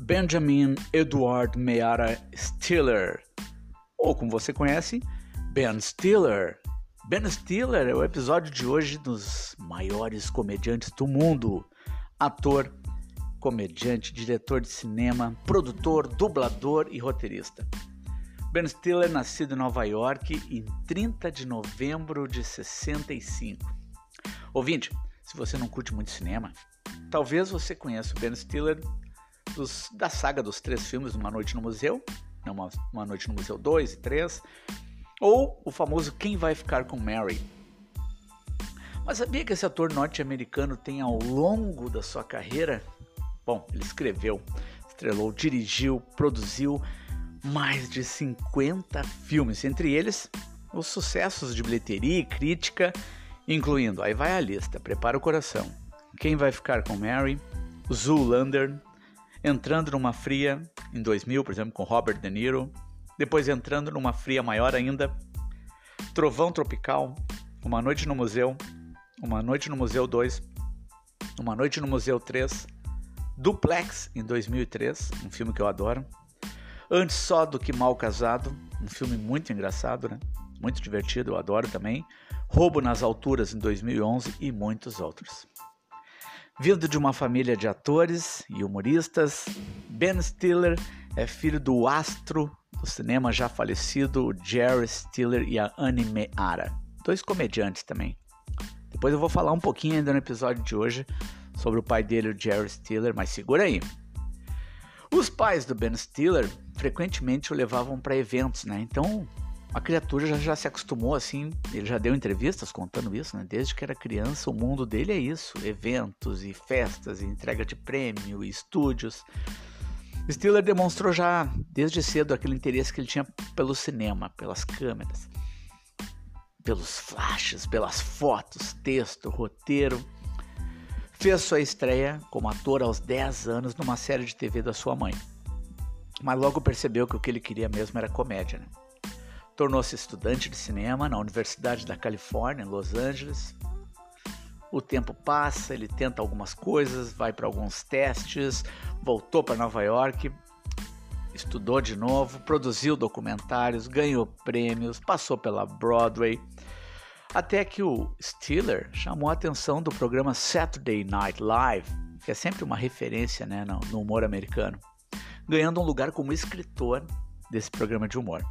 Benjamin Edward Meara Stiller, ou como você conhece, Ben Stiller. Ben Stiller é o episódio de hoje dos maiores comediantes do mundo. Ator, comediante, diretor de cinema, produtor, dublador e roteirista. Ben Stiller, nascido em Nova York em 30 de novembro de 65. Ouvinte, se você não curte muito cinema, talvez você conheça o Ben Stiller da saga dos 3 filmes Uma Noite no Museu, Uma Noite no Museu 2 e 3, ou o famoso Quem Vai Ficar com Mary. Mas sabia que esse ator norte-americano tem ao longo da sua carreira, ele escreveu, estrelou, dirigiu, produziu mais de 50 filmes, entre eles os sucessos de bilheteria e crítica, incluindo, aí vai a lista, prepara o coração, Quem Vai Ficar com Mary, Zoolander, Entrando numa Fria, em 2000, por exemplo, com Robert De Niro, depois Entrando numa Fria maior ainda, Trovão Tropical, Uma Noite no Museu, Uma Noite no Museu 2, Uma Noite no Museu 3, Duplex, em 2003, um filme que eu adoro, Antes Só do que Mal Casado, um filme muito engraçado, né? Muito divertido, eu adoro também, Roubo nas Alturas, em 2011 e muitos outros. Vindo de uma família de atores e humoristas, Ben Stiller é filho do astro do cinema já falecido Jerry Stiller e a Annie Meara, 2 comediantes também. Depois eu vou falar um pouquinho ainda no episódio de hoje sobre o pai dele, o Jerry Stiller, mas segura aí. Os pais do Ben Stiller frequentemente o levavam para eventos, né? Então a criatura já se acostumou assim, ele já deu entrevistas contando isso, né? Desde que era criança, o mundo dele é isso, eventos e festas, e entrega de prêmio e estúdios. Stiller demonstrou já desde cedo aquele interesse que ele tinha pelo cinema, pelas câmeras, pelos flashes, pelas fotos, texto, roteiro. Fez sua estreia como ator aos 10 anos numa série de TV da sua mãe, mas logo percebeu que o que ele queria mesmo era comédia, né? Tornou-se estudante de cinema na Universidade da Califórnia, em Los Angeles. O tempo passa, ele tenta algumas coisas, vai para alguns testes, voltou para Nova York, estudou de novo, produziu documentários, ganhou prêmios, passou pela Broadway, até que o Stiller chamou a atenção do programa Saturday Night Live, que é sempre uma referência, né, no humor americano, ganhando um lugar como escritor desse programa de humor.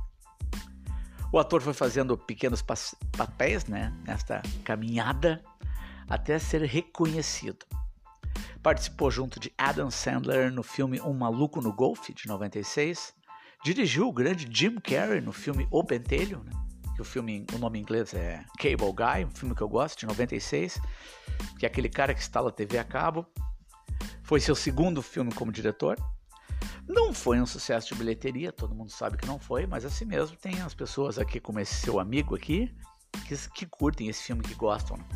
O ator foi fazendo pequenos papéis, né, nesta caminhada até ser reconhecido. Participou junto de Adam Sandler no filme Um Maluco no Golfe, de 96. Dirigiu o grande Jim Carrey no filme O Pentelho, né, que o nome em inglês é Cable Guy, um filme que eu gosto, de 96, que é aquele cara que instala a TV a cabo. Foi seu segundo filme como diretor. Não foi um sucesso de bilheteria, todo mundo sabe que não foi, mas assim mesmo tem as pessoas aqui, como esse seu amigo aqui, que curtem esse filme, que gostam, né?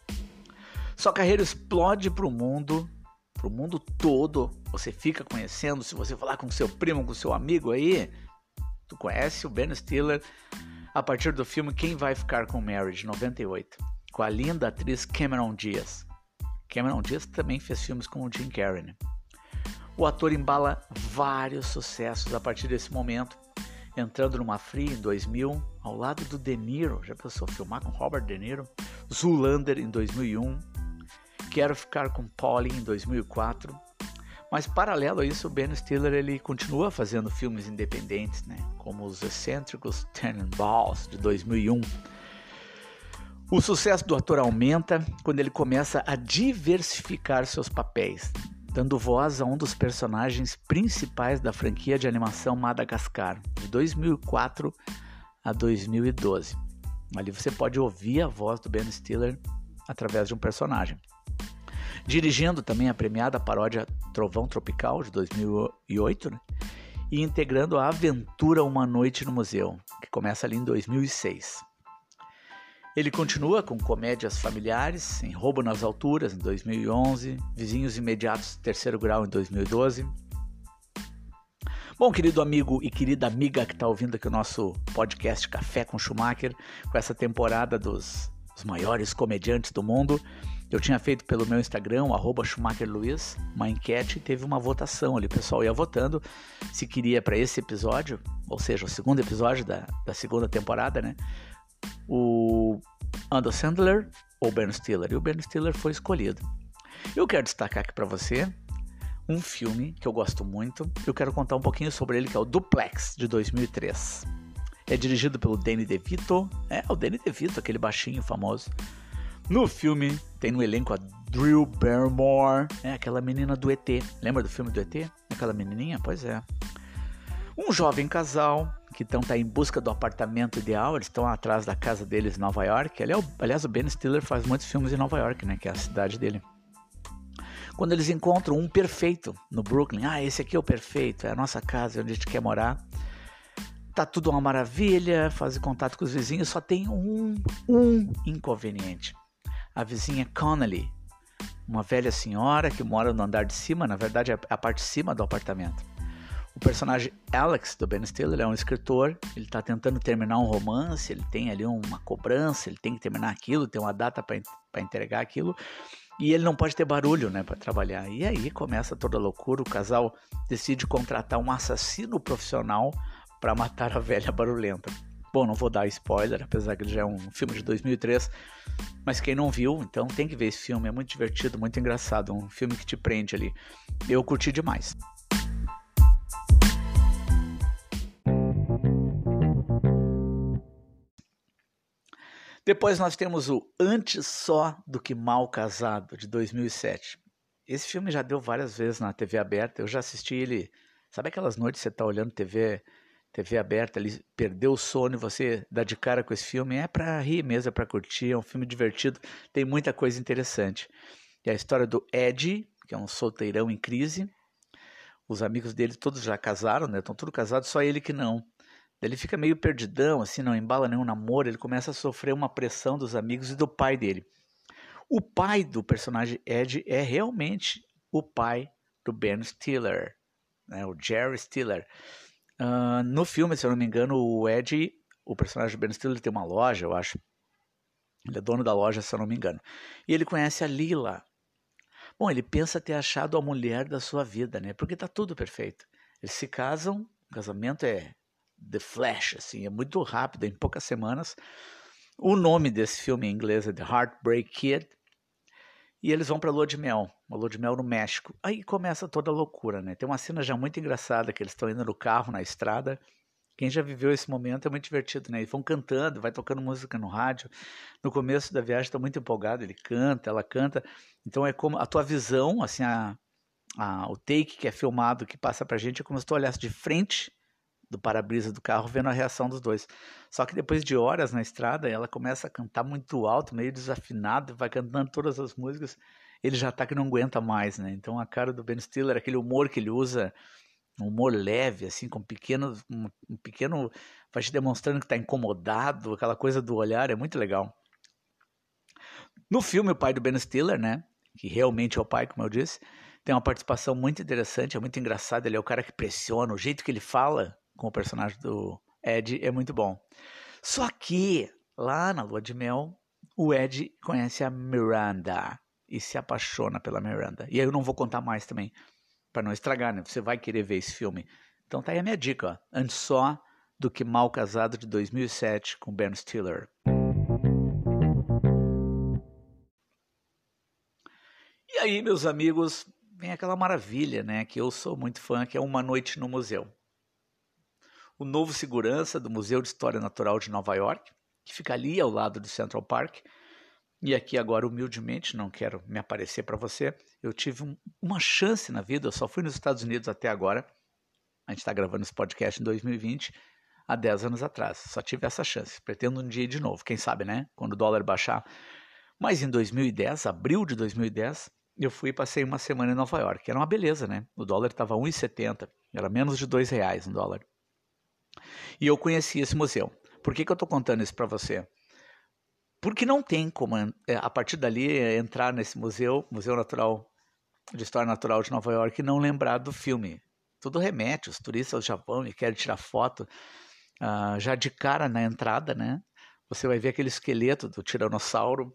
Sua carreira explode pro mundo todo, você fica conhecendo, se você falar com seu primo, com seu amigo aí, tu conhece o Ben Stiller a partir do filme Quem Vai Ficar com Mary, de 98, com a linda atriz Cameron Diaz. Cameron Diaz também fez filmes com o Jim Carrey, né? O ator embala vários sucessos a partir desse momento, Entrando numa Fria, em 2000, ao lado do De Niro, já pensou filmar com Robert De Niro? Zoolander, em 2001, Quero Ficar com Polly, em 2004. Mas paralelo a isso, o Ben Stiller ele continua fazendo filmes independentes, né? Como Os Excêntricos Tenenbaums, de 2001. O sucesso do ator aumenta quando ele começa a diversificar seus papéis, dando voz a um dos personagens principais da franquia de animação Madagascar, de 2004 a 2012. Ali você pode ouvir a voz do Ben Stiller através de um personagem. Dirigindo também a premiada paródia Trovão Tropical, de 2008, né? E integrando a aventura Uma Noite no Museu, que começa ali em 2006. Ele continua com comédias familiares, em Roubo nas Alturas, em 2011, Vizinhos Imediatos, Terceiro Grau, em 2012. Bom, querido amigo e querida amiga que está ouvindo aqui o nosso podcast Café com Schumacher, com essa temporada dos maiores comediantes do mundo, Eu tinha feito pelo meu Instagram, @schumacherluiz, uma enquete e teve uma votação ali. O pessoal ia votando se queria para esse episódio, ou seja, o segundo episódio da segunda temporada, né? O Adam Sandler ou Ben Stiller. E o Ben Stiller foi escolhido. Eu quero destacar aqui para você um filme que eu gosto muito. Eu quero contar um pouquinho sobre ele, que é o Duplex, de 2003. É dirigido pelo Danny DeVito. É, o Danny DeVito, aquele baixinho famoso. No filme, tem no elenco a Drew Barrymore, aquela menina do ET. Lembra do filme do ET? Aquela menininha? Pois é. Um jovem casal que tá em busca do apartamento ideal. Eles estão atrás da casa deles em Nova York. Aliás, o Ben Stiller faz muitos filmes em Nova York, né? Que é a cidade dele. Quando eles encontram um perfeito no Brooklyn. Esse aqui é o perfeito, é a nossa casa, é onde a gente quer morar. Tá tudo uma maravilha, fazem contato com os vizinhos. Só tem um inconveniente. A vizinha Connelly, uma velha senhora que mora no andar de cima, na verdade é a parte de cima do apartamento. O personagem Alex, do Ben Stiller, é um escritor, ele está tentando terminar um romance, ele tem ali uma cobrança, ele tem que terminar aquilo, tem uma data para entregar aquilo, e ele não pode ter barulho, né, para trabalhar. E aí começa toda a loucura, o casal decide contratar um assassino profissional para matar a velha barulhenta. Bom, não vou dar spoiler, apesar que ele já é um filme de 2003, mas quem não viu, então tem que ver esse filme, é muito divertido, muito engraçado, um filme que te prende ali. Eu curti demais. Depois nós temos o Antes Só do que Mal Casado, de 2007. Esse filme já deu várias vezes na TV aberta, eu já assisti ele, sabe aquelas noites que você está olhando TV aberta, ali, perdeu o sono e você dá de cara com esse filme? É para rir mesmo, é para curtir, é um filme divertido, tem muita coisa interessante. E a história do Ed, que é um solteirão em crise, os amigos dele todos já casaram, né? Estão todos casados, só ele que não. Ele fica meio perdidão, assim, não embala nenhum namoro, ele começa a sofrer uma pressão dos amigos e do pai dele. O pai do personagem Ed é realmente o pai do Ben Stiller, né? O Jerry Stiller. No filme, se eu não me engano, o Ed, o personagem do Ben Stiller, tem uma loja, eu acho. Ele é dono da loja, se eu não me engano. E ele conhece a Lila. Bom, ele pensa ter achado a mulher da sua vida, né? Porque tá tudo perfeito. Eles se casam, o casamento é The Flash, assim, é muito rápido, em poucas semanas. O nome desse filme em inglês é The Heartbreak Kid. E eles vão para lua de mel, uma lua de mel no México. Aí começa toda a loucura, né? Tem uma cena já muito engraçada, que eles estão indo no carro, na estrada. Quem já viveu esse momento é muito divertido, né? Eles vão cantando, vai tocando música no rádio. No começo da viagem está muito empolgado, ele canta, ela canta. Então é como a tua visão, assim, o take que é filmado, que passa pra gente, é como se tu olhasse de frente do para-brisa do carro, vendo a reação dos dois. Só que depois de horas na estrada, ela começa a cantar muito alto, meio desafinado, vai cantando todas as músicas, ele já tá que não aguenta mais, né? Então a cara do Ben Stiller, aquele humor que ele usa, um humor leve, assim, com um pequeno, vai te demonstrando que tá incomodado, aquela coisa do olhar, é muito legal. No filme, o pai do Ben Stiller, né, que realmente é o pai, como eu disse, tem uma participação muito interessante, é muito engraçado, ele é o cara que pressiona, o jeito que ele fala com o personagem do Ed é muito bom. Só que, lá na lua de mel, o Ed conhece a Miranda e se apaixona pela Miranda. E aí eu não vou contar mais também, para não estragar, né? Você vai querer ver esse filme. Então tá aí a minha dica, ó. Antes Só do que Mal Casado, de 2007, com Ben Stiller. E aí, meus amigos, vem aquela maravilha, né, que eu sou muito fã, que é Uma Noite no Museu. O novo segurança do Museu de História Natural de Nova York, que fica ali ao lado do Central Park. E aqui agora, humildemente, não quero me aparecer para você, eu tive uma chance na vida, eu só fui nos Estados Unidos até agora, a gente está gravando esse podcast em 2020, há 10 anos atrás, só tive essa chance, pretendo um dia ir de novo, quem sabe, né, quando o dólar baixar. Mas em 2010, abril de 2010, eu fui e passei uma semana em Nova York, era uma beleza, né, o dólar estava 1,70, era menos de R$2 no dólar. E eu conheci esse museu. Por que eu estou contando isso para você? Porque não tem como, a partir dali, entrar nesse Museu Natural, de História Natural de Nova York, e não lembrar do filme. Tudo remete, os turistas já vão e querem tirar foto. Já de cara na entrada, né? Você vai ver aquele esqueleto do tiranossauro,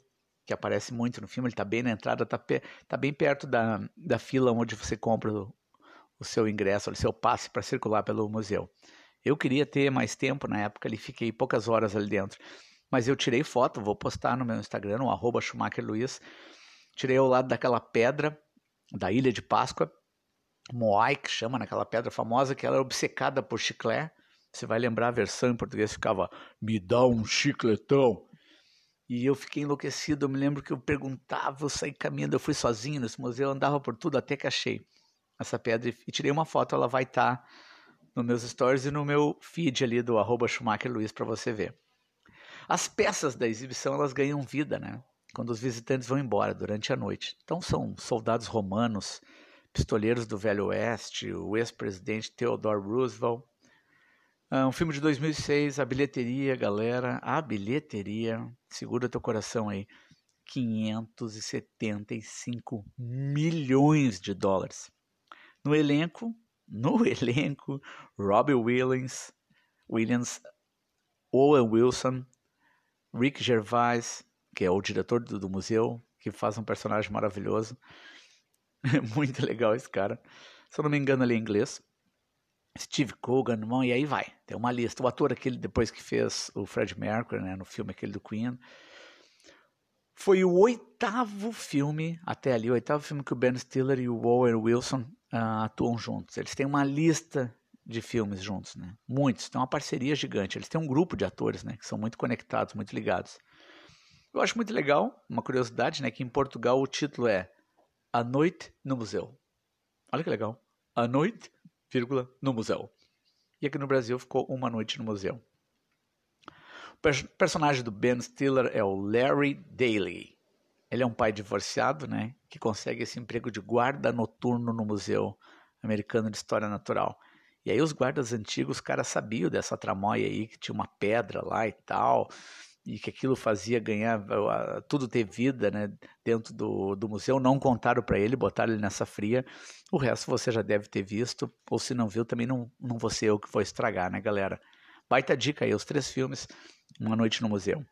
que aparece muito no filme. Ele tá bem na entrada, tá bem perto da fila onde você compra o seu ingresso, o seu passe para circular pelo museu. Eu queria ter mais tempo na época, ali fiquei poucas horas ali dentro. Mas eu tirei foto, vou postar no meu Instagram, no @SchumacherLuiz. Tirei ao lado daquela pedra da Ilha de Páscoa, Moai, que chama, naquela pedra famosa, que ela é obcecada por chiclete. Você vai lembrar, a versão em português ficava, me dá um chicletão. E eu fiquei enlouquecido, eu me lembro que eu perguntava, eu saí caminhando, eu fui sozinho nesse museu, eu andava por tudo até que achei essa pedra e tirei uma foto, ela vai estar nos meus stories e no meu feed ali do @SchumacherLuiz para você ver. As peças da exibição, elas ganham vida, né? Quando os visitantes vão embora durante a noite. Então são soldados romanos, pistoleiros do Velho Oeste, o ex-presidente Theodore Roosevelt. Um filme de 2006, a bilheteria, galera, segura teu coração aí, 575 milhões de dólares. No elenco, Robbie Williams, Owen Wilson, Rick Gervais, que é o diretor do museu, que faz um personagem maravilhoso. É muito legal esse cara. Se eu não me engano, ele é inglês. Steve Coogan, e aí vai. Tem uma lista. O ator aquele depois que fez o Freddie Mercury, né, no filme aquele do Queen. Foi o oitavo filme que o Ben Stiller e o Owen Wilson atuam juntos. Eles têm uma lista de filmes juntos, né? Muitos. Tem uma parceria gigante. Eles têm um grupo de atores, né, que são muito conectados, muito ligados. Eu acho muito legal, uma curiosidade, né, que em Portugal o título é A Noite no Museu. Olha que legal. A Noite, no Museu. E aqui no Brasil ficou Uma Noite no Museu. O personagem do Ben Stiller é o Larry Daly. Ele é um pai divorciado, né, que consegue esse emprego de guarda noturno no Museu Americano de História Natural. E aí os guardas antigos, os caras sabiam dessa tramóia aí, que tinha uma pedra lá e tal, e que aquilo fazia ganhar, tudo ter vida, né, dentro do museu. Não contaram para ele, botaram ele nessa fria. O resto você já deve ter visto, ou se não viu, também não vou ser eu que vou estragar, né, galera? Baita dica aí, os 3 filmes, Uma Noite no Museu.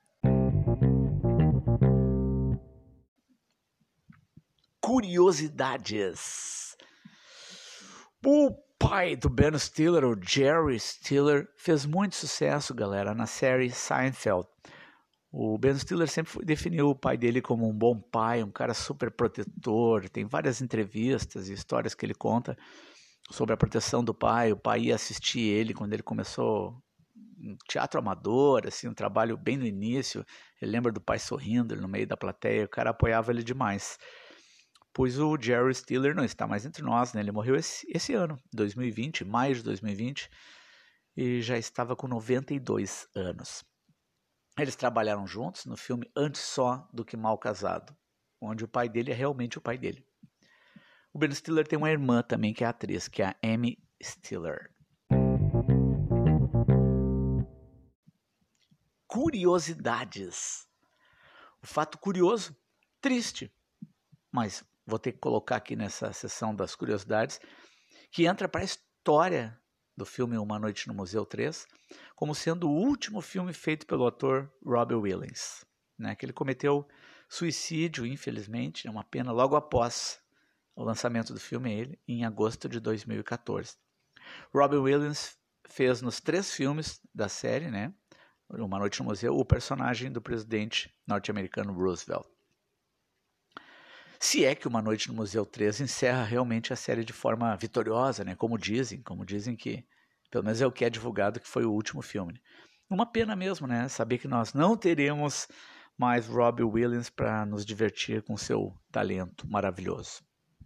Curiosidades. O pai do Ben Stiller, o Jerry Stiller, fez muito sucesso, galera, na série Seinfeld. O Ben Stiller sempre definiu o pai dele como um bom pai, um cara super protetor. Tem várias entrevistas e histórias que ele conta sobre a proteção do pai. O pai ia assistir ele quando ele começou um teatro amador, assim, um trabalho bem no início. Ele lembra do pai sorrindo no meio da plateia, o cara apoiava ele demais. Pois o Jerry Stiller não está mais entre nós, né? Ele morreu esse ano, 2020, maio de 2020, e já estava com 92 anos. Eles trabalharam juntos no filme Antes Só do que Mal Casado, onde o pai dele é realmente o pai dele. O Ben Stiller tem uma irmã também que é atriz, que é a Amy Stiller. Curiosidades. O fato curioso, triste, mas vou ter que colocar aqui nessa seção das curiosidades, que entra para a história do filme Uma Noite no Museu 3, como sendo o último filme feito pelo ator Robbie Williams, né, que ele cometeu suicídio, infelizmente, é uma pena, logo após o lançamento do filme, em agosto de 2014. Robbie Williams fez nos 3 filmes da série, né, Uma Noite no Museu, o personagem do presidente norte-americano Roosevelt. Se é que Uma Noite no Museu 3 encerra realmente a série de forma vitoriosa, né? Como dizem que, pelo menos é o que é divulgado, que foi o último filme. Uma pena mesmo, né? Saber que nós não teremos mais Robbie Williams para nos divertir com seu talento maravilhoso.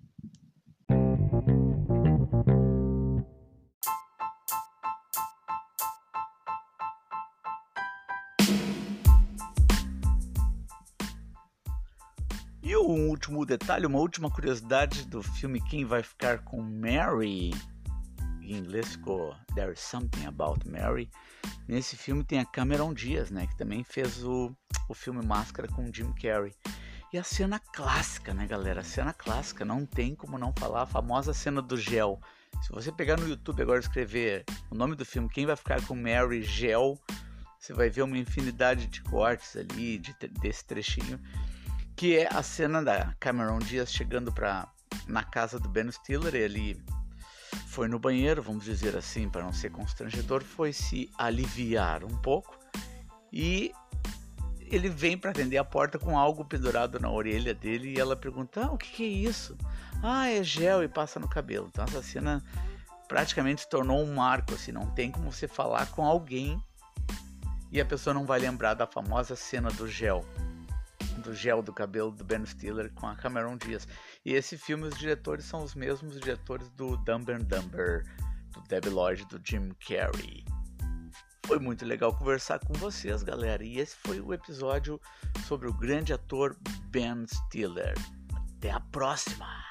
E um último detalhe, uma última curiosidade do filme Quem Vai Ficar com Mary, em inglês ficou There's Something About Mary. Nesse filme tem a Cameron Diaz, né, que também fez o filme Máscara com Jim Carrey. E a cena clássica, né, galera? A cena clássica, não tem como não falar, a famosa cena do gel. Se você pegar no YouTube agora e escrever o nome do filme Quem Vai Ficar com Mary Gel, você vai ver uma infinidade de cortes ali, desse trechinho. que é a cena da Cameron Diaz chegando na casa do Ben Stiller. Ele foi no banheiro, vamos dizer assim, para não ser constrangedor, foi se aliviar um pouco e ele vem para atender a porta com algo pendurado na orelha dele e ela pergunta: o que é isso? É gel, e passa no cabelo. Então essa cena praticamente se tornou um marco, assim, não tem como você falar com alguém e a pessoa não vai lembrar da famosa cena do gel do cabelo do Ben Stiller com a Cameron Diaz. E esse filme, os diretores são os mesmos diretores do Dumb and Dumber, do Debi Lloyd, do Jim Carrey. Foi muito legal conversar com vocês, galera, e esse foi o episódio sobre o grande ator Ben Stiller. Até a próxima!